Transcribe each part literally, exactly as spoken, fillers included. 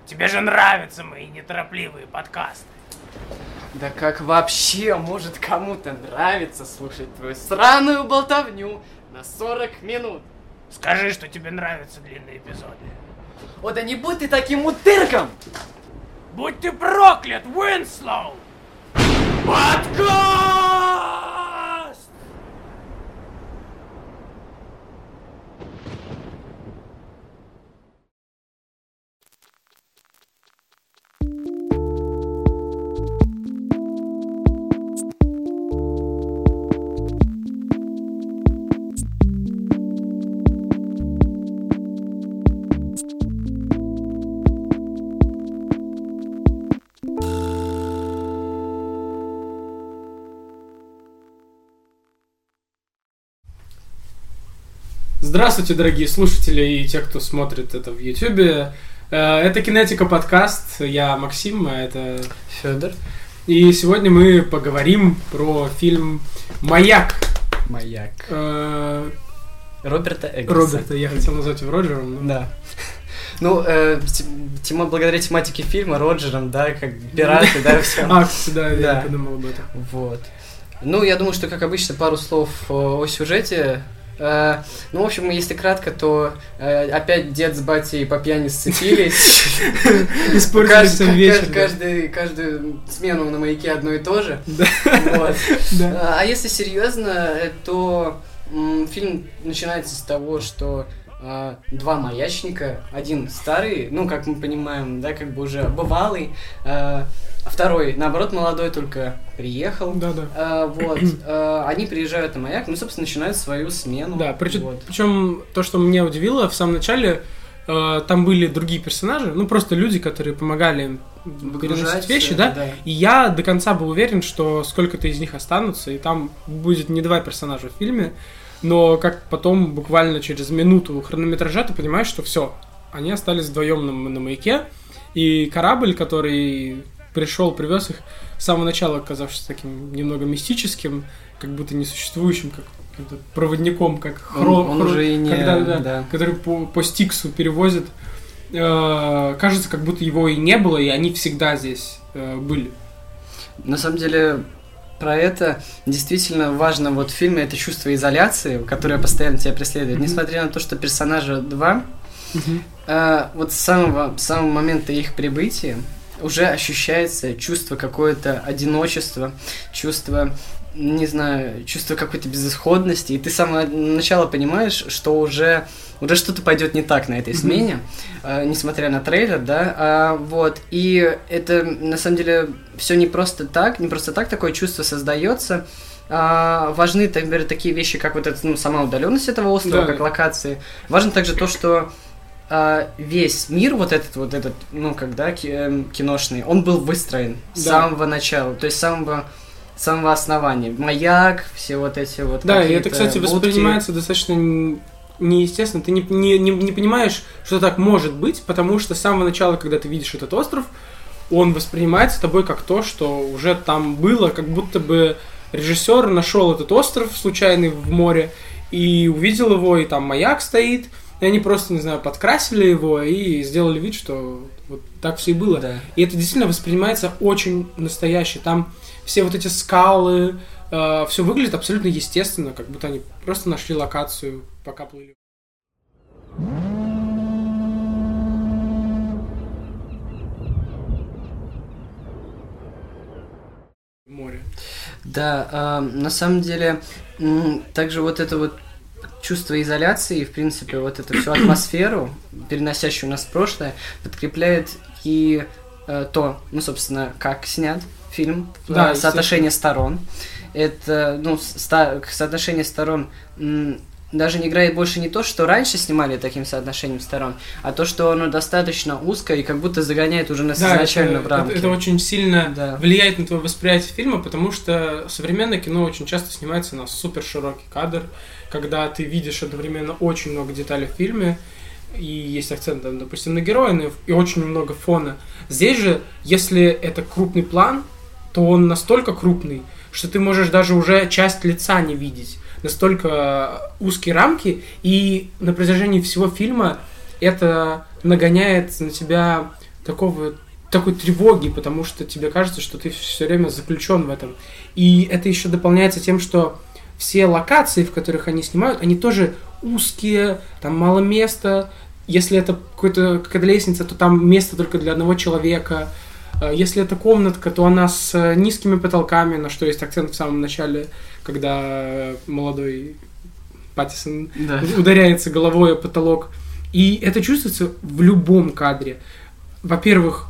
Тебе же нравятся мои неторопливые подкасты. Да как вообще может кому-то нравиться слушать твою сраную болтовню на сорок минут? Скажи, что тебе нравятся длинные эпизоды. О, да не будь ты таким утырком! Будь ты проклят, Уинслоу! Подкаст! Здравствуйте, дорогие слушатели и те, кто смотрит это в Ютубе. Это Кинетика подкаст. Я Максим, а это Федор. И сегодня мы поговорим про фильм «Маяк». Маяк. Э, Роберта Эггерса. Роберта, я хотел назвать его Роджером. Но... Да. Ну, э, тема, благодаря тематике фильма Роджером, да, как пираты, да, все. А, да, я подумал об этом. Вот. Ну, я думаю, что, как обычно, пару слов о сюжете. Uh, ну, в общем, если кратко, то uh, опять дед с батей по пьяни сцепились. Испортили всем вечер. Каждую смену на маяке одно и то же. Да. А если серьезно, то фильм начинается с того, что Uh, два маячника, один старый, ну, как мы понимаем, да, как бы уже бывалый, uh, а второй, наоборот, молодой, только приехал. Да, да. Uh, вот, uh, они приезжают на маяк, ну, собственно, начинают свою смену. Да, причем, вот. причем то, что меня удивило, в самом начале uh, там были другие персонажи, ну, просто люди, которые помогали им переносить вещи, да? да, и я до конца был уверен, что сколько-то из них останутся, и там будет не два персонажа в фильме. Но как потом, буквально через минуту хронометража, ты понимаешь, что все, они остались вдвоем на, на маяке, и корабль, который пришел, привез их с самого начала, оказавшись таким немного мистическим, как будто несуществующим, как проводником, как хро, он, он хро, уже и не, когда, да, да. который по, по Стиксу перевозит, э, кажется, как будто его и не было, и они всегда здесь э, были. На самом деле... Про это действительно важно вот в фильме, это чувство изоляции, которое постоянно тебя преследует. Mm-hmm. Несмотря на то, что персонажа два, mm-hmm. э, вот с самого, с самого момента их прибытия уже ощущается чувство какое-то одиночества, чувство, не знаю, чувство какой-то безысходности, и ты с самого начала понимаешь, что уже, уже что-то пойдет не так на этой смене, mm-hmm. э, несмотря на трейлер, да, а, вот, и это, на самом деле, все не просто так, не просто так такое чувство создается, а, важны, например, такие вещи, как вот эта, ну, сама удаленность этого острова, да, как локации, важно также то, что а, весь мир, вот этот, вот этот, ну, когда киношный, он был выстроен да. с самого начала, то есть с самого... с самого основания. Маяк, все вот эти вот... Да, и это, кстати, будки. Воспринимается достаточно неестественно. Ты не, не, не, не понимаешь, что так может быть, потому что с самого начала, когда ты видишь этот остров, он воспринимается тобой как то, что уже там было, как будто бы режиссер нашел этот остров случайный в море и увидел его, и там маяк стоит, и они просто, не знаю, подкрасили его и сделали вид, что вот так все и было. Да. И это действительно воспринимается очень настояще. Там все вот эти скалы, э, все выглядит абсолютно естественно, как будто они просто нашли локацию, пока плыли. Море. Да, э, на самом деле, м- также вот это вот чувство изоляции, в принципе, вот эту всю атмосферу, переносящую нас в прошлое, подкрепляет и э, то, ну, собственно, как снят фильм, да, соотношение сторон. Это, ну, ста- соотношение сторон м- даже не играет больше не то, что раньше снимали таким соотношением сторон, а то, что оно достаточно узкое и как будто загоняет уже нас да, изначально это, в рамки. Это, это очень сильно да. влияет влияет на твое восприятие фильма, потому что современное кино очень часто снимается на супер широкий кадр, когда ты видишь одновременно очень много деталей в фильме, и есть акцент, допустим, на героя, и очень много фона. Здесь же, если это крупный план, то он настолько крупный, что ты можешь даже уже часть лица не видеть. Настолько узкие рамки, и на протяжении всего фильма это нагоняет на тебя такого, такой тревоги, потому что тебе кажется, что ты все время заключен в этом. И это еще дополняется тем, что все локации, в которых они снимают, они тоже узкие, там мало места. Если это какой-то, какая-то лестница, то там место только для одного человека. Если это комнатка, то она с низкими потолками, на что есть акцент в самом начале, когда молодой Паттисон да. ударяется головой о потолок. И это чувствуется в любом кадре. Во-первых,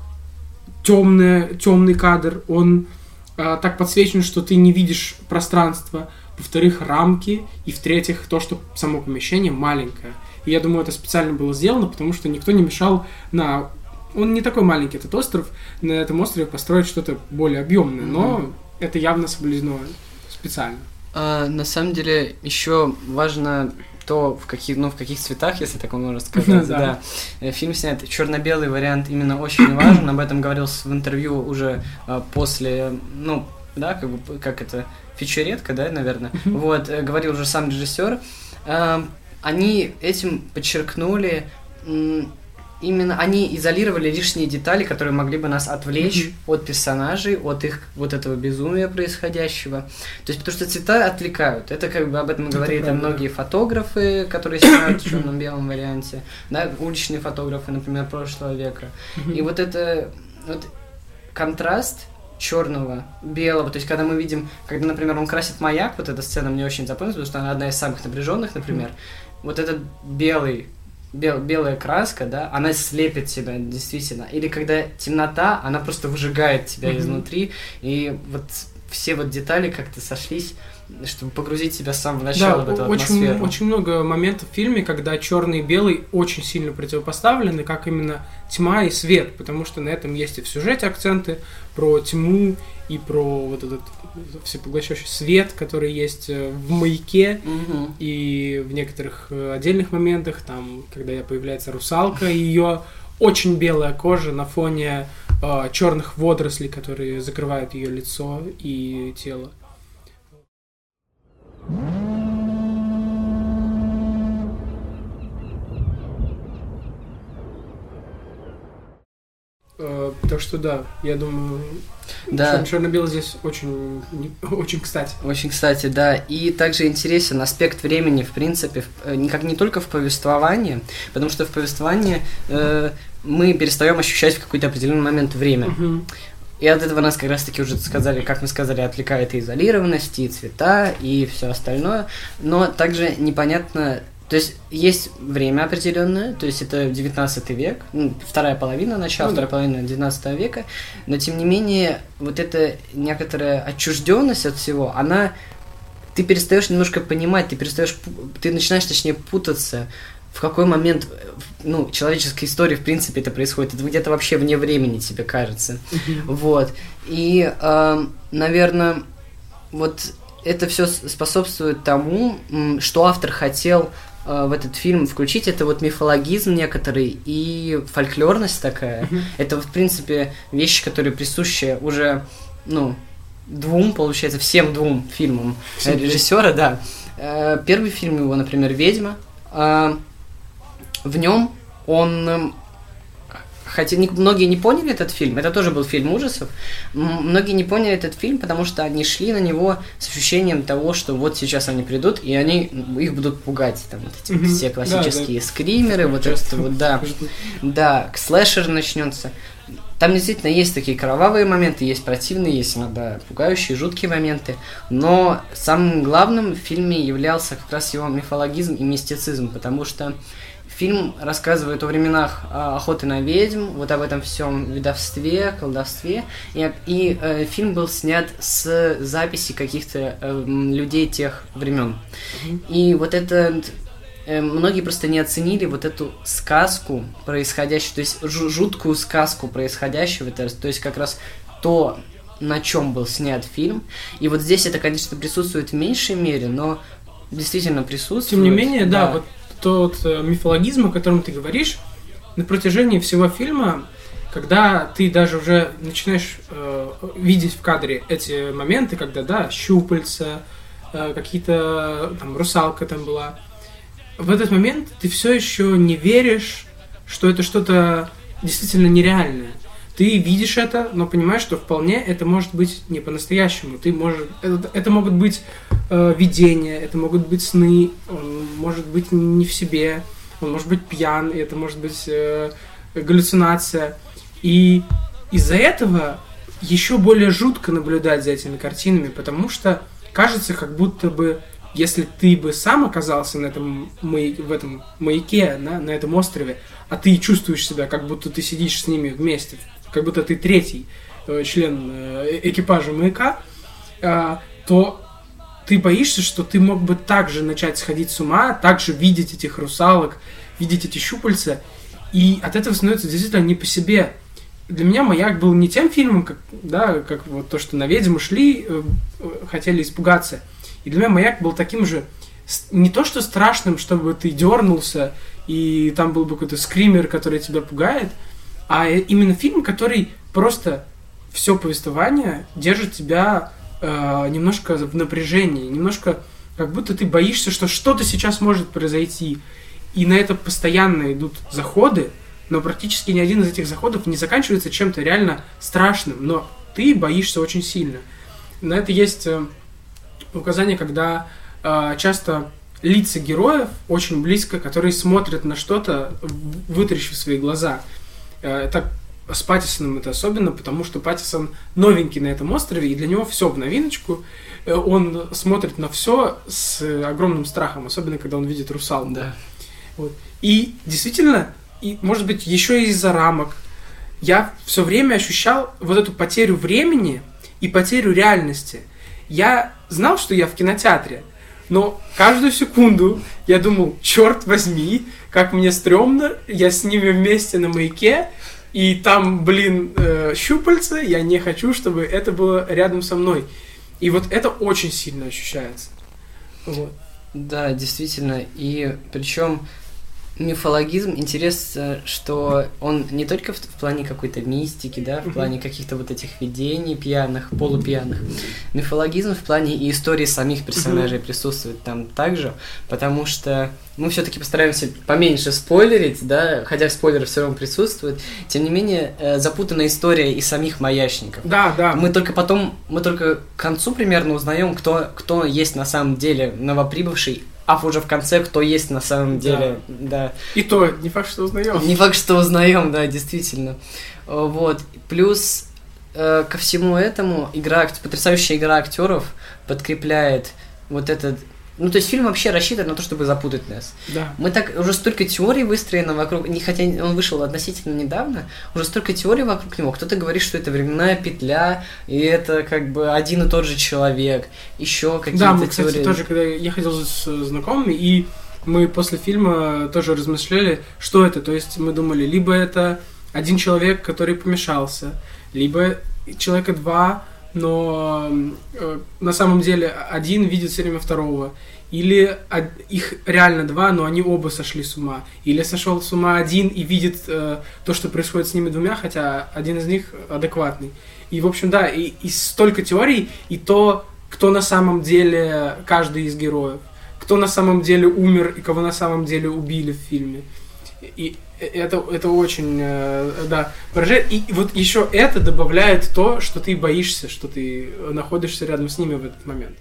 темный, темный кадр, он а, так подсвечен, что ты не видишь пространства. Во-вторых, рамки. И в-третьих, то, что само помещение маленькое. И я думаю, это специально было сделано, потому что никто не мешал на... Он не такой маленький, этот остров. На этом острове построить что-то более объемное. Но mm-hmm. это явно соблюдено специально. А, на самом деле, еще важно то, в каких, ну, в каких цветах, если так можно сказать. да. да. Фильм снят черно-белый вариант именно очень важен. Об этом говорилось в интервью уже а, после, ну, да, как бы, как это, фичеретка, да, наверное. вот, говорил уже сам режиссер. А, они этим подчеркнули... Именно они изолировали лишние детали, которые могли бы нас отвлечь mm-hmm. от персонажей, от их вот этого безумия происходящего. То есть, потому что цвета отвлекают. Это как бы об этом это говорят и многие фотографы, которые снимают в черно-белом варианте, да, уличные фотографы, например, прошлого века. Mm-hmm. И вот это вот контраст черного, белого, то есть, когда мы видим, когда, например, он красит маяк, вот эта сцена мне очень запомнилась, потому что она одна из самых напряженных, например. Mm-hmm. Вот этот белый Бел, белая краска, да, она слепит тебя, действительно. Или когда темнота, она просто выжигает тебя mm-hmm. изнутри, и вот все вот детали как-то сошлись, чтобы погрузить тебя с самого начала да, в эту очень, атмосферу. очень много моментов в фильме, когда черный и белый очень сильно противопоставлены, как именно тьма и свет, потому что на этом есть и в сюжете акценты про тьму и про вот этот всепоглощающий свет, который есть в маяке, угу. и в некоторых отдельных моментах, там, когда появляется русалка, и ее очень белая кожа на фоне э, черных водорослей, которые закрывают ее лицо и тело. Uh, так что да, я думаю, да. черно-белый здесь очень, очень кстати. Очень кстати, да. И также интересен аспект времени, в принципе, в, как не только в повествовании, потому что в повествовании э, мы перестаем ощущать в какой-то определенный момент время. Uh-huh. И от этого нас как раз-таки уже сказали, как мы сказали, отвлекает и изолированность, и цвета, и все остальное. Но также непонятно... То есть есть время определенное, то есть это девятнадцатый век, ну, вторая половина начала, ну, вторая да. половина девятнадцатого века, но тем не менее вот эта некоторая отчужденность от всего, она, ты перестаешь немножко понимать, ты перестаешь, ты начинаешь точнее путаться, в какой момент, ну, человеческой истории, в принципе, это происходит, это где-то вообще вне времени, тебе кажется, mm-hmm. вот, и, э, наверное, вот это все способствует тому, что автор хотел в этот фильм включить, это вот мифологизм некоторый и фольклорность такая. Mm-hmm. Это, в принципе, вещи, которые присущи уже, ну, двум, получается, всем двум фильмам всем режиссера, да. Первый фильм его, например, «Ведьма». В нем он... Хотя многие не поняли этот фильм, это тоже был фильм ужасов, многие не поняли этот фильм, потому что они шли на него с ощущением того, что вот сейчас они придут, и они их будут пугать, там вот эти mm-hmm. все классические да, да. скримеры, вот это вот, да, да, слэшер начнется. Там действительно есть такие кровавые моменты, есть противные, есть иногда пугающие, жуткие моменты, но самым главным в фильме являлся как раз его мифологизм и мистицизм, потому что фильм рассказывает о временах а, охоты на ведьм, вот об этом всем ведовстве, колдовстве. И, и э, фильм был снят с записи каких-то э, людей тех времен. Mm-hmm. И вот это... Э, многие просто не оценили вот эту сказку происходящую, то есть жу- жуткую сказку происходящего, то есть как раз то, на чем был снят фильм. И вот здесь это, конечно, присутствует в меньшей мере, но действительно присутствует. Тем не менее, да, да вот тот э, мифологизм, о котором ты говоришь, на протяжении всего фильма, когда ты даже уже начинаешь э, видеть в кадре эти моменты, когда, да, щупальца, э, какие-то, там, русалка там была, в этот момент ты все еще не веришь, что это что-то действительно нереальное. Ты видишь это, но понимаешь, что вполне это может быть не по-настоящему. Ты можешь, это, это могут быть э, видения, это могут быть сны, он может быть не в себе, он может быть пьян, и это может быть э, галлюцинация. И из-за этого еще более жутко наблюдать за этими картинами, потому что кажется, как будто бы, если ты бы сам оказался на этом, в этом маяке, да, на этом острове, а ты чувствуешь себя, как будто ты сидишь с ними вместе, как будто ты третий э, член э, экипажа маяка, э, то ты боишься, что ты мог бы также начать сходить с ума, также видеть этих русалок, видеть эти щупальца, и от этого становится действительно не по себе. Для меня «Маяк» был не тем фильмом, как, да, как вот то, что на ведьму шли, э, э, хотели испугаться. И для меня «Маяк» был таким же, не то что страшным, чтобы ты дернулся, и там был бы какой-то скример, который тебя пугает, а именно фильм, который просто все повествование держит тебя э, немножко в напряжении, немножко как будто ты боишься, что что-то сейчас может произойти. И на это постоянно идут заходы, но практически ни один из этих заходов не заканчивается чем-то реально страшным, но ты боишься очень сильно. На это есть э, указание, когда э, часто лица героев очень близко, которые смотрят на что-то, вытаращив свои глаза. Так с Паттисоном это особенно, потому что Паттисон новенький на этом острове, и для него все в новиночку. Он смотрит на все с огромным страхом, особенно когда он видит русалку. Да. Вот. И действительно, и, может быть, еще и из-за рамок, я все время ощущал вот эту потерю времени и потерю реальности. Я знал, что я в кинотеатре, но каждую секунду я думал, черт возьми, как мне стрёмно, я с ними вместе на маяке, и там, блин, э, щупальца, я не хочу, чтобы это было рядом со мной. И вот это очень сильно ощущается. Вот. Да, действительно, и причем мифологизм, интересно, что он не только в, в плане какой-то мистики, да, в плане каких-то вот этих видений пьяных, полупьяных. Мифологизм в плане и истории самих персонажей присутствует там также, потому что мы все-таки постараемся поменьше спойлерить, да, хотя спойлеры все равно присутствуют. Тем не менее, э, запутанная история и самих маячников. Да, да. Мы только потом, мы только к концу примерно узнаем, кто, кто есть на самом деле новоприбывший, а уже в конце, кто есть на самом деле, да. да. И то, не факт, что узнаем. Не факт, что узнаем, да, действительно. Вот. Плюс э, ко всему этому игра, потрясающая игра актеров подкрепляет вот этот. Ну, то есть фильм вообще рассчитан на то, чтобы запутать нас. Да. Мы так, уже столько теорий выстроено вокруг, не, хотя он вышел относительно недавно, уже столько теорий вокруг него. Кто-то говорит, что это временная петля, и это как бы один и тот же человек. Еще какие-то да, мы, теории. Кстати, тоже, когда я ходил с знакомыми, и мы после фильма тоже размышляли, что это. То есть мы думали, либо это один человек, который помешался, либо человека два, но э, на самом деле один видит все время второго. Или од- их реально два, но они оба сошли с ума. Или сошел с ума один и видит э, то, что происходит с ними двумя, хотя один из них адекватный. И, в общем, да, и, и столько теорий, и то, кто на самом деле каждый из героев, кто на самом деле умер и кого на самом деле убили в фильме. И это, это очень, э, да, поражает. И вот еще это добавляет то, что ты боишься, что ты находишься рядом с ними в этот момент.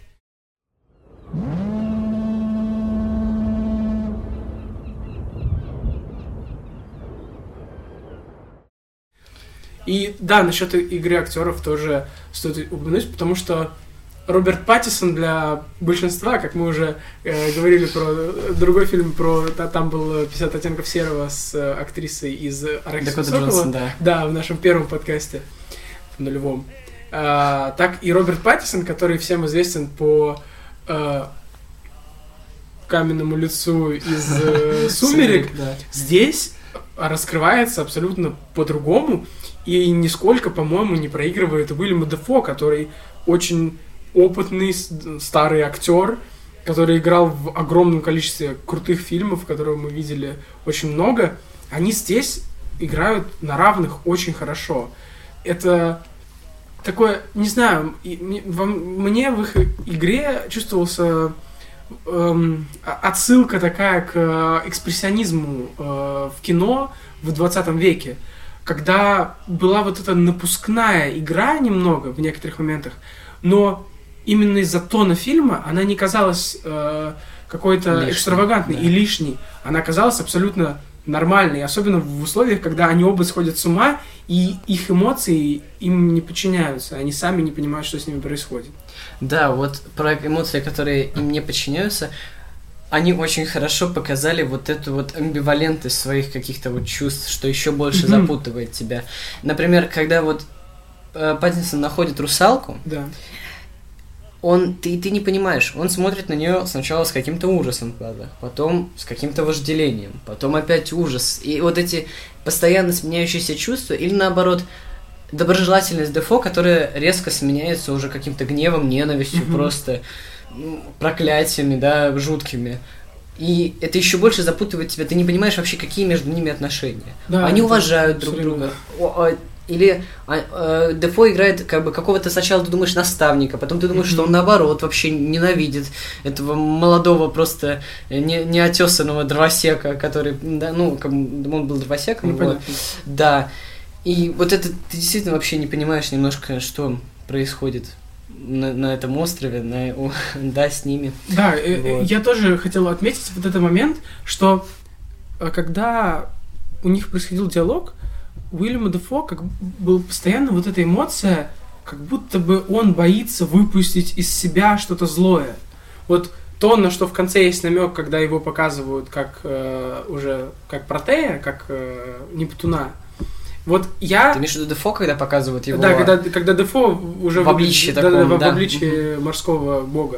И да, насчет игры актеров тоже стоит упомянуть, потому что Роберт Паттисон для большинства, как мы уже э, говорили про другой фильм, про там был пятьдесят оттенков серого с э, актрисой из Арахисового Сокола, да. да, в нашем первом подкасте, в нулевом. Э, так и Роберт Паттисон, который всем известен по э, каменному лицу из э, «Сумерек», здесь раскрывается абсолютно по-другому и нисколько, по-моему, не проигрывает Уильяму Дефо, который очень опытный старый актер, который играл в огромном количестве крутых фильмов, которые мы видели очень много. Они здесь играют на равных очень хорошо. Это такое, не знаю, мне в их игре чувствовался эм, отсылка такая к экспрессионизму э, в кино в двадцатом веке. когда была вот эта напускная игра немного в некоторых моментах, но именно из-за тона фильма она не казалась э, какой-то лишней, экстравагантной да. и лишней. Она казалась абсолютно нормальной, особенно в условиях, когда они оба сходят с ума, и их эмоции им не подчиняются, они сами не понимают, что с ними происходит. Да, вот про эмоции, которые им не подчиняются, они очень хорошо показали вот эту вот амбивалентность своих каких-то вот чувств, что еще больше mm-hmm. запутывает тебя. Например, когда вот э, Паттинсон находит русалку, да. он, ты, ты не понимаешь, он смотрит на нее сначала с каким-то ужасом в глазах, потом с каким-то вожделением, потом опять ужас. И вот эти постоянно сменяющиеся чувства, или наоборот, доброжелательность Дефо, которая резко сменяется уже каким-то гневом, ненавистью, mm-hmm. просто проклятиями, да, жуткими. И это еще больше запутывает тебя, ты не понимаешь вообще, какие между ними отношения. Да, они уважают друг друга. Или а, э, Дефо играет как бы какого-то сначала ты думаешь наставника, потом ты думаешь, mm-hmm. что он наоборот вообще ненавидит этого молодого просто не, неотесанного дровосека, который, да, ну, как, он был дровосеком. Вот. Да. И вот это ты действительно вообще не понимаешь немножко, что происходит на, на этом острове, на, да, с ними. Да, вот. Я тоже хотел отметить вот этот момент, что когда у них происходил диалог, у Уильяма Дефо как была постоянно вот эта эмоция, как будто бы он боится выпустить из себя что-то злое. Вот то, на что в конце есть намек, когда его показывают как э, уже как Протея, как э, Нептуна. Вот я... Ты имеешь в виду Дефо, когда показывают его... Да, когда, когда Дефо уже... В обличье да, таком, да. да. В обличье угу. морского бога.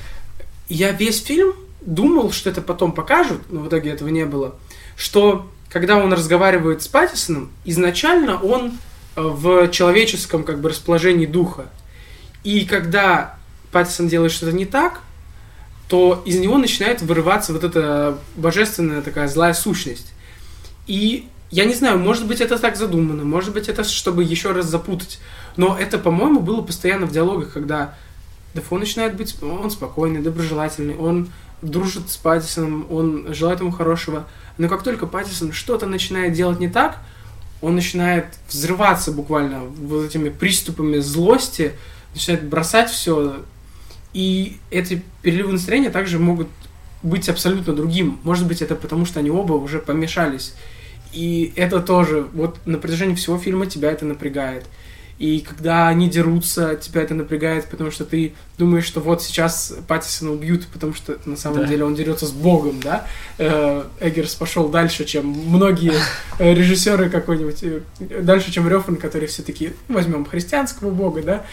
Я весь фильм думал, что это потом покажут, но в итоге этого не было, что когда он разговаривает с Паттисоном, изначально он в человеческом как бы расположении духа. И когда Паттисон делает что-то не так, то из него начинает вырываться вот эта божественная такая злая сущность. И я не знаю, может быть, это так задумано, может быть, это чтобы еще раз запутать. Но это, по-моему, было постоянно в диалогах, когда Дефо начинает быть, он спокойный, доброжелательный, он дружит с Паттисоном, он желает ему хорошего. Но как только Паттисон что-то начинает делать не так, он начинает взрываться буквально вот этими приступами злости, начинает бросать все. И эти переливы настроения также могут быть абсолютно другим. Может быть, это потому, что они оба уже помешались. И это тоже, вот на протяжении всего фильма тебя это напрягает. И когда они дерутся, тебя это напрягает, потому что ты думаешь, что вот сейчас Паттисона убьют, потому что на самом да. деле он дерется с Богом, да? Эггерс пошел дальше, чем многие режиссеры какой-нибудь, дальше, чем Рёфан, которые все такие, возьмем христианского Бога, да?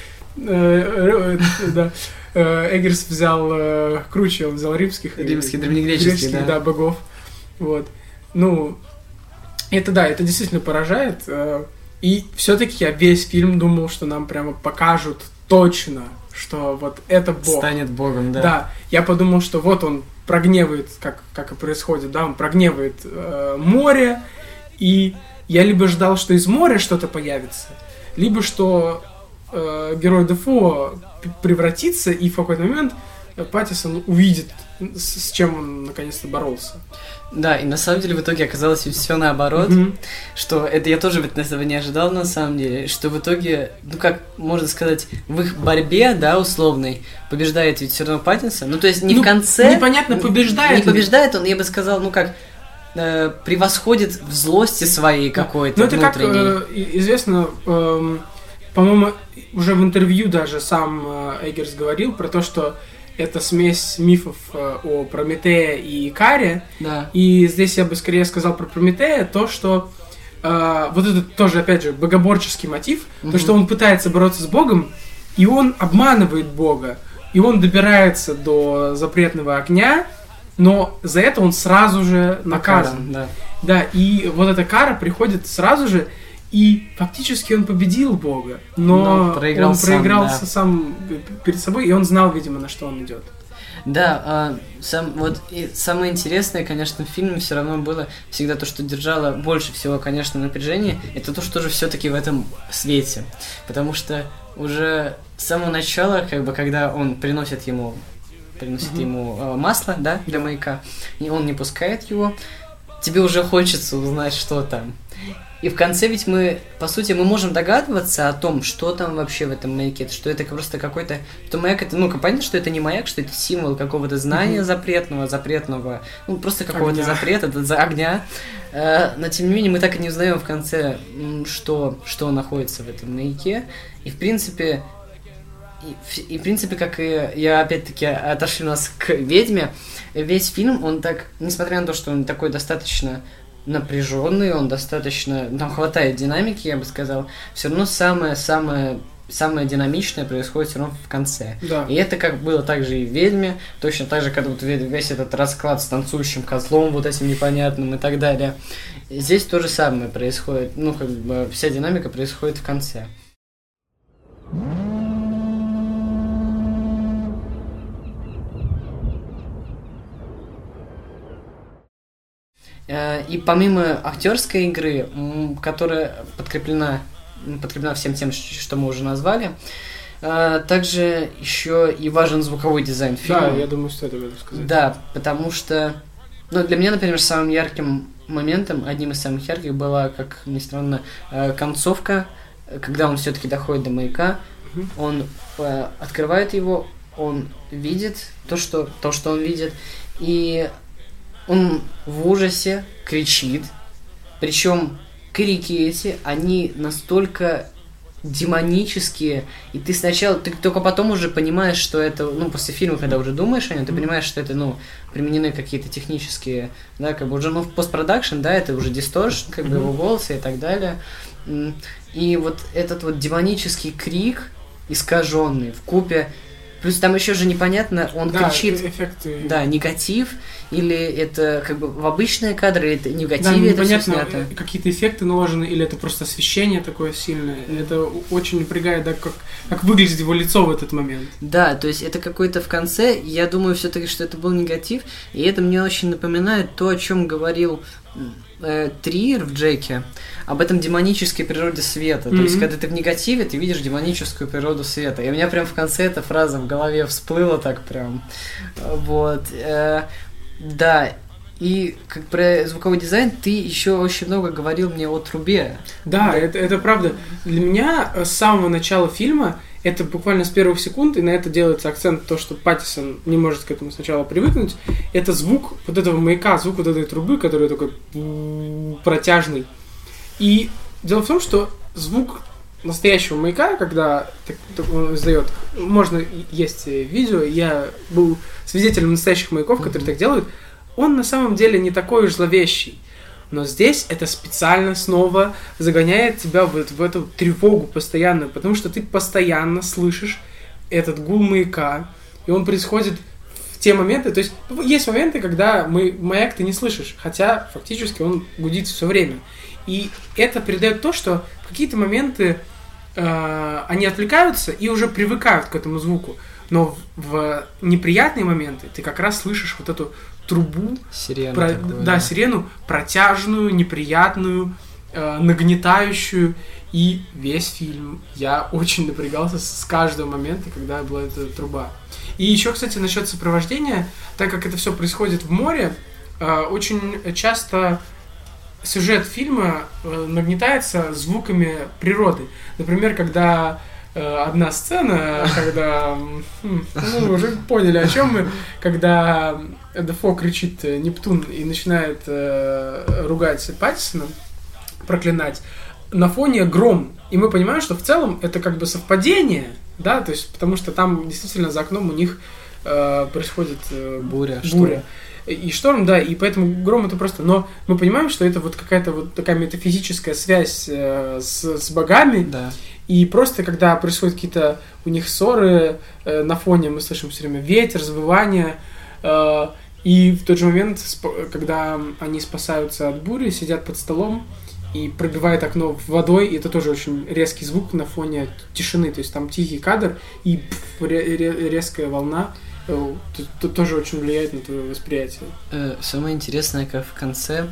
Да. Эггерс взял круче, он взял римских, римских, древнегреческих, да. да, богов. Вот. Ну, это да, это действительно поражает. И все-таки я весь фильм думал, что нам прямо покажут точно, что вот это Бог. Станет Богом, да. Да, я подумал, что вот он прогневает, как, как и происходит, да, он прогневает э, море, и я либо ждал, что из моря что-то появится, либо что э, герой Дефо превратится, и в какой-то момент Паттисон увидит, с, с чем он наконец-то боролся. Да, и на самом деле в итоге оказалось все наоборот, mm-hmm. что это я тоже ведь этого не ожидал на самом деле, что в итоге, ну как можно сказать, в их борьбе, да, условной, побеждает ведь все равно Паттинсон, ну то есть не ну, в конце... Непонятно, побеждает. Не, не побеждает он, я бы сказал, ну как, э, превосходит в злости своей какой-то ну, это внутренней. Как э, известно, э, по-моему, уже в интервью даже сам э, Эггерс говорил про то, что это смесь мифов э, о Прометее и Икаре. Да. И здесь я бы скорее сказал про Прометея то, что э, вот это тоже, опять же, богоборческий мотив, угу. то, что он пытается бороться с Богом, и он обманывает Бога, и он добирается до запретного огня, но за это он сразу же наказан. Да. Да, и вот эта кара приходит сразу же, и фактически он победил Бога, но, но проиграл он проигрался сам, да. сам перед собой, и он знал, видимо, на что он идет. Да, а, сам, вот, и самое интересное, конечно, в фильме все равно было всегда то, что держало больше всего, конечно, напряжение, это то, что же все-таки в этом свете. Потому что уже с самого начала, как бы, когда он приносит ему, приносит uh-huh. ему э, масло, да, для маяка, и он не пускает его, тебе уже хочется узнать, что там. И в конце ведь мы, по сути, мы можем догадываться о том, что там вообще в этом маяке, что это просто какой-то... Что маяк, это, ну, понятно, что это не маяк, что это символ какого-то знания mm-hmm. запретного, запретного, ну, просто какого-то огня. запрета, это огня. Но, тем не менее, мы так и не узнаем в конце, что, что находится в этом маяке. И, в принципе... И, и, в принципе, как и я, опять-таки, отошли у нас к ведьме, весь фильм, он так, несмотря на то, что он такой достаточно напряженный, он достаточно, там хватает динамики, я бы сказал, все равно самое-самое самое динамичное происходит все равно в конце. Да. И это как было также и в «Ведьме», точно так же, когда вот весь этот расклад с танцующим козлом, вот этим непонятным и так далее. Здесь то же самое происходит, ну, как бы вся динамика происходит в конце. И помимо актерской игры, которая подкреплена, подкреплена всем тем, что мы уже назвали, также еще и важен звуковой дизайн фильма. Да, я думаю, что это надо сказать. Да, потому что, ну, для меня, например, самым ярким моментом, одним из самых ярких была, как ни странно, концовка, когда он все-таки доходит до маяка, угу. он открывает его, он видит то, что, то, что он видит, и он в ужасе кричит, причем крики эти, они настолько демонические, и ты сначала, ты только потом уже понимаешь, что это, ну, после фильма, когда уже думаешь о нем, ты понимаешь, что это, ну, применены какие-то технические, да, как бы уже, ну, в постпродакшн, да, это уже дисторшн, как бы его голоса и так далее, и вот этот вот демонический крик, искаженный, вкупе. Плюс там еще же непонятно, он да, кричит, эффекты. Да, негатив, или это как бы в обычные кадры, или это в негативе, да, это все снято. Какие-то эффекты наложены, или это просто освещение такое сильное. Это очень напрягает, да, как, как выглядит его лицо в этот момент. Да, то есть это какой-то в конце, я думаю все-таки, что это был негатив, и это мне очень напоминает то, о чем говорил э, Триер в Джеке, об этом демонической природе света. Mm-hmm. То есть, когда ты в негативе, ты видишь демоническую природу света. И у меня прям в конце эта фраза в голове всплыла так прям. Вот. Э, да. И как про звуковой дизайн, ты еще очень много говорил мне о трубе. Да, это, это правда. Для меня с самого начала фильма, это буквально с первых секунд, и на это делается акцент, то, что Паттисон не может к этому сначала привыкнуть, это звук вот этого маяка, звук вот этой трубы, который такой протяжный. И дело в том, что звук настоящего маяка, когда он издает, можно, есть видео, я был свидетелем настоящих маяков, mm-hmm. которые так делают, он на самом деле не такой уж зловещий. Но здесь это специально снова загоняет тебя в, в эту тревогу постоянную, потому что ты постоянно слышишь этот гул маяка, и он происходит в те моменты, то есть есть моменты, когда мы, маяк ты не слышишь, хотя фактически он гудит все время. И это передает то, что в какие-то моменты э, они отвлекаются и уже привыкают к этому звуку. Но в, в неприятные моменты ты как раз слышишь вот эту трубу, сирену про, такую, да, да, сирену протяжную, неприятную, э, нагнетающую. И весь фильм я очень напрягался с, с каждого момента, когда была эта труба. И еще, кстати, насчет сопровождения, так как это все происходит в море, э, очень часто сюжет фильма э, нагнетается звуками природы. Например, когда э, одна сцена, когда... Ну, вы уже поняли, о чем мы. Когда Дефо кричит Нептун и начинает э, ругать Паттисона, проклинать, на фоне гром. И мы понимаем, что в целом это как бы совпадение, да, то есть, потому что там действительно за окном у них э, происходит э, буря, буря. И шторм, да, и поэтому гром это просто... Но мы понимаем, что это вот какая-то вот такая метафизическая связь э, с, с богами. Да. И просто когда происходят какие-то у них ссоры э, на фоне, мы слышим все время ветер, завывание. Э, и в тот же момент, когда они спасаются от бури, сидят под столом и пробивает окно водой, и это тоже очень резкий звук на фоне тишины. То есть там тихий кадр и пф, резкая волна. Это тоже очень влияет на твое восприятие. Самое интересное, как в конце,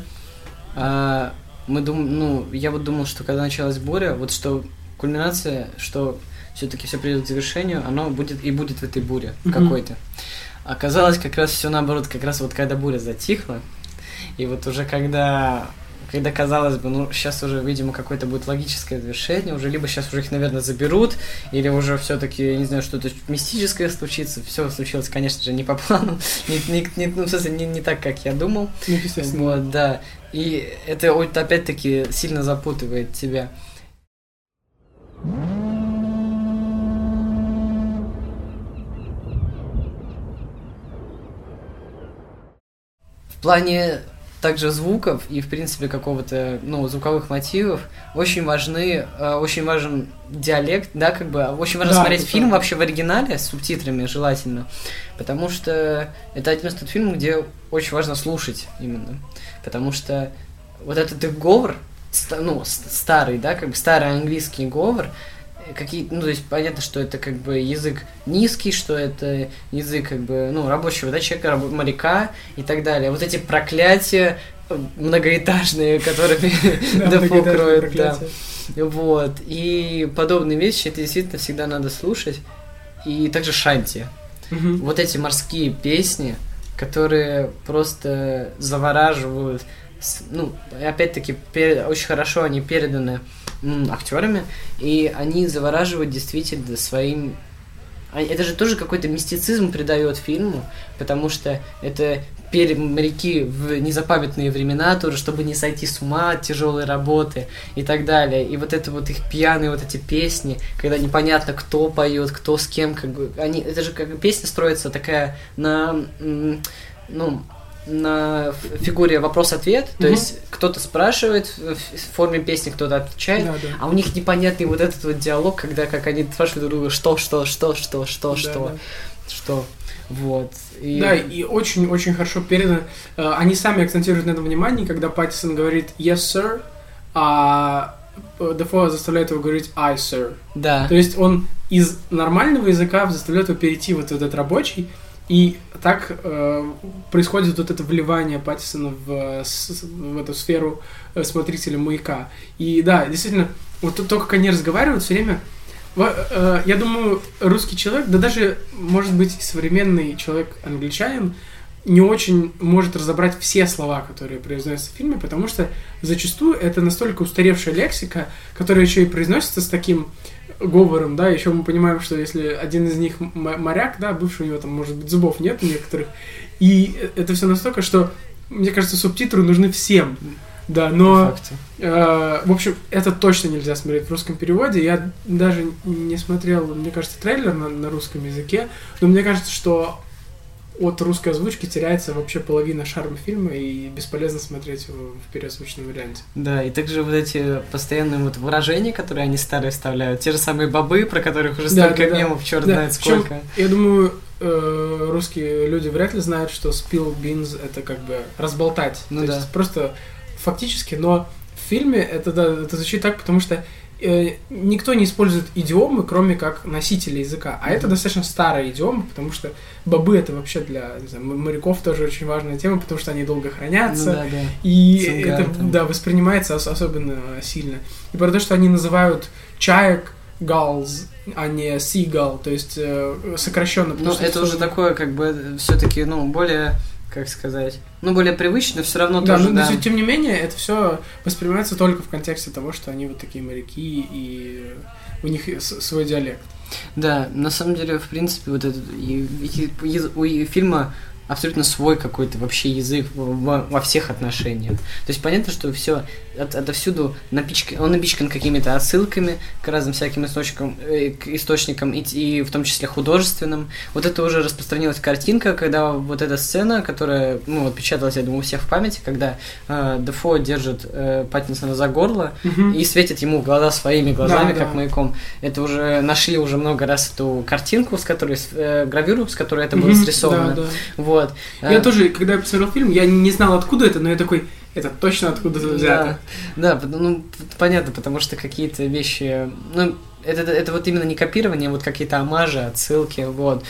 мы дум... ну, я вот думал, что когда началась буря, вот что кульминация, что все-таки все придет к завершению, оно будет и будет в этой буре mm-hmm. какой-то. Оказалось, как раз все наоборот, как раз вот когда буря затихла, И вот уже когда... Когда, казалось бы, ну, сейчас уже, видимо, какое-то будет логическое завершение, уже либо сейчас уже их, наверное, заберут, или уже все-таки, я не знаю, что-то мистическое случится. Все случилось, конечно же, не по плану, не, не, не, ну, в смысле, не, не так, как я думал. Ну, естественно. Вот, да. И это, опять-таки, сильно запутывает тебя. В плане также звуков и, в принципе, какого-то, ну, звуковых мотивов очень важны, э, очень важен диалект, да, как бы, очень важно да, смотреть фильм да. вообще в оригинале с субтитрами желательно, потому что это один из тот фильмов, где очень важно слушать именно, потому что вот этот их говор, ну, старый, да, как бы старый английский говор, какие, ну, то есть понятно, что это как бы язык низкий, что это язык как бы, ну, рабочего, да, человека, раб, моряка и так далее. Вот эти проклятия многоэтажные, которыми Дефо кроет, да. Вот. И подобные вещи, это действительно всегда надо слушать. И также шанти. Вот эти морские песни, которые просто завораживают. Ну, опять-таки, очень хорошо они переданы актерами, и они завораживают действительно своим... Это же тоже какой-то мистицизм придает фильму, потому что это моряки в незапамятные времена тоже, чтобы не сойти с ума от тяжелой работы и так далее. И вот это вот их пьяные вот эти песни, когда непонятно, кто поет, кто с кем, как бы... Они... Это же как песня строится такая на... Ну... на фигуре вопрос-ответ, то mm-hmm. есть кто-то спрашивает в форме песни, кто-то отвечает, да, да. а у них непонятный вот этот вот диалог, когда как они спрашивают друг друга, что, что, что, что, что, да, что, да. что, вот. И... Да, и очень-очень хорошо передано. Они сами акцентируют на этом внимание, когда Паттисон говорит «yes, sir», а Дефо заставляет его говорить «I, sir». Да. То есть он из нормального языка заставляет его перейти вот в этот рабочий. И так э, происходит вот это вливание Паттисона в, с, в эту сферу э, смотрителя «Маяка». И да, действительно, вот то, как они разговаривают все время, в, э, я думаю, русский человек, да даже, может быть, современный человек-англичанин, не очень может разобрать все слова, которые произносятся в фильме, потому что зачастую это настолько устаревшая лексика, которая еще и произносится с таким говором, да, еще мы понимаем, что если один из них моряк, да, бывший, у него там, может быть, зубов нет у некоторых, и это все настолько, что, мне кажется, субтитры нужны всем, да, но, э, в общем, это точно нельзя смотреть в русском переводе, я даже не смотрел, мне кажется, трейлер на, на русском языке, но мне кажется, что от русской озвучки теряется вообще половина шарма фильма, и бесполезно смотреть его в переозвученном варианте. Да, и также вот эти постоянные вот выражения, которые они старые вставляют, те же самые бобы, про которых уже да, столько да, мемов, да. черт да. знает сколько. Причем, я думаю, э, русские люди вряд ли знают, что spill beans — это как бы разболтать. Ну, То да. есть просто фактически, но в фильме это, да, это звучит так, потому что никто не использует идиомы, кроме как носители языка. А mm-hmm. это достаточно старая идиома, потому что бобы — это вообще для, не знаю, моряков тоже очень важная тема, потому что они долго хранятся. Ну, да, да. И Цунгар, это да, воспринимается ос- особенно сильно. И про то, что они называют чаек gulls, а не seagull, то есть э, сокращенно. Ну, это уже такое, как бы, все-таки, ну, более... как сказать, ну, более привычно, все равно да, тоже, но, да. Но, тем не менее, это все воспринимается только в контексте того, что они вот такие моряки, и у них свой диалект. Да, на самом деле, в принципе, вот этот, и, и, и, у фильма абсолютно свой какой-то вообще язык во, во всех отношениях. То есть понятно, что все от, отовсюду напичкан, он напичкан какими-то отсылками к разным всяким источникам, э, к источникам и, и в том числе художественным. Вот это уже распространилась картинка, когда вот эта сцена, которая, ну, вот печаталась, я думаю, у всех в памяти, когда э, Дефо держит э, Паттинсона за горло mm-hmm. и светит ему в глаза своими глазами, да, как да. маяком. Это уже нашли уже много раз эту картинку, с которой, э, гравюру, с которой это mm-hmm. было срисовано. Да, да. Вот. Я а... тоже, когда я посмотрел фильм, я не знал, откуда это, но я такой, это точно откуда-то взято. Да, да, ну, понятно, потому что какие-то вещи, ну, это, это вот именно не копирование, а вот какие-то омажи, отсылки, вот.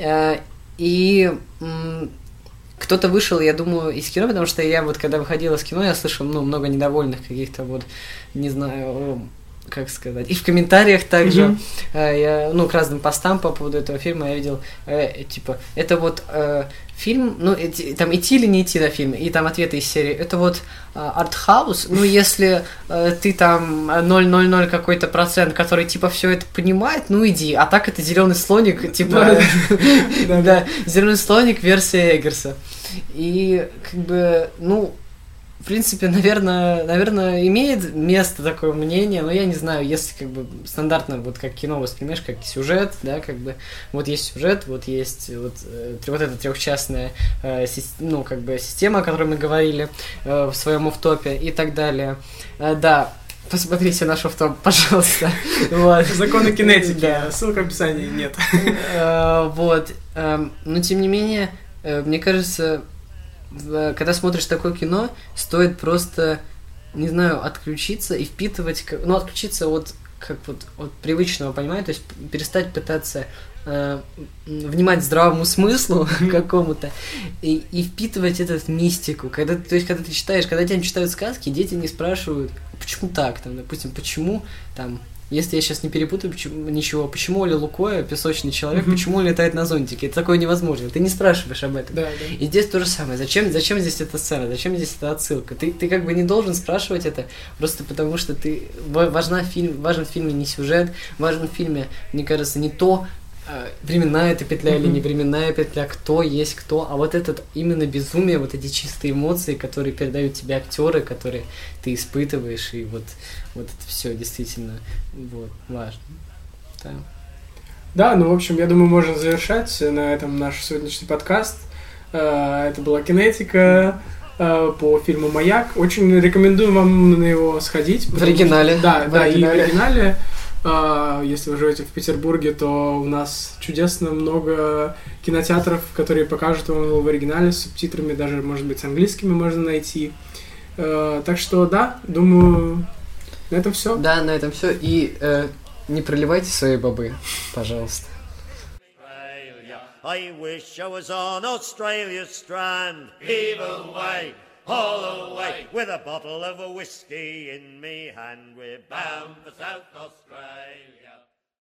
И м- кто-то вышел, я думаю, из кино, потому что я вот, когда выходила из кино, я слышал, ну, много недовольных каких-то вот, не знаю, как сказать, и в комментариях также, mm-hmm. э, я, ну, к разным постам по поводу этого фильма я видел, э, типа, это вот э, фильм, ну, эти, там, идти или не идти на фильм, и там ответы из серии, это вот артхаус, э, ну, если э, ты там ноль ноль ноль какой-то процент, который, типа, все это понимает, ну, иди, а так это зеленый слоник, типа, да, зеленый слоник версия Эггерса, и, как бы, ну, в принципе, наверное, наверное, имеет место такое мнение, но я не знаю, если как бы стандартно, вот как кино воспринимаешь, как сюжет, да, как бы, вот есть сюжет, вот есть вот, э, вот эта трехчастная, э, си- ну, как бы система, о которой мы говорили э, в своем оффтопе и так далее. Э, да, посмотрите наш оффтоп, пожалуйста. Законы кинетики, ссылка в описании нет. Вот, но тем не менее, мне кажется, когда смотришь такое кино, стоит просто, не знаю, отключиться и впитывать, ну, отключиться от, как вот, от привычного, понимаешь, то есть перестать пытаться э, внимать здравому смыслу какому-то и, и впитывать эту мистику. Когда, то есть, когда ты читаешь, когда детям читают сказки, дети не спрашивают, почему так, там, допустим, почему, там, если я сейчас не перепутаю почему, ничего, почему Оля Лукоя, песочный человек, mm-hmm. почему он летает на зонтике? Это такое невозможно. Ты не спрашиваешь об этом. Да, да. И здесь то же самое. Зачем, зачем здесь эта сцена? Зачем здесь эта отсылка? Ты, ты как бы не должен спрашивать это, просто потому что ты важна фильм, важен в фильме не сюжет, важен в фильме, мне кажется, не то, временная это петля mm-hmm. или не временная петля, кто есть кто, а вот этот именно безумие, вот эти чистые эмоции, которые передают тебе актеры, которые ты испытываешь, и вот, вот это все действительно вот, важно. Да. Да, ну, в общем, я думаю, можно завершать на этом наш сегодняшний подкаст. Это была «Кинетика» по фильму «Маяк». Очень рекомендую вам на него сходить. В оригинале. Что... Да, в да, оригинале. и в оригинале. Если вы живете в Петербурге, то у нас чудесно много кинотеатров, которые покажут вам его в оригинале с субтитрами, даже, может быть, с английскими можно найти. Так что, да, думаю, на этом все. Да, на этом все. И э, не проливайте свои бобы, пожалуйста. I wish I was on Australia's strand. Heave away, haul away, with a bottle of whiskey in me hand. We're bound for South Australia.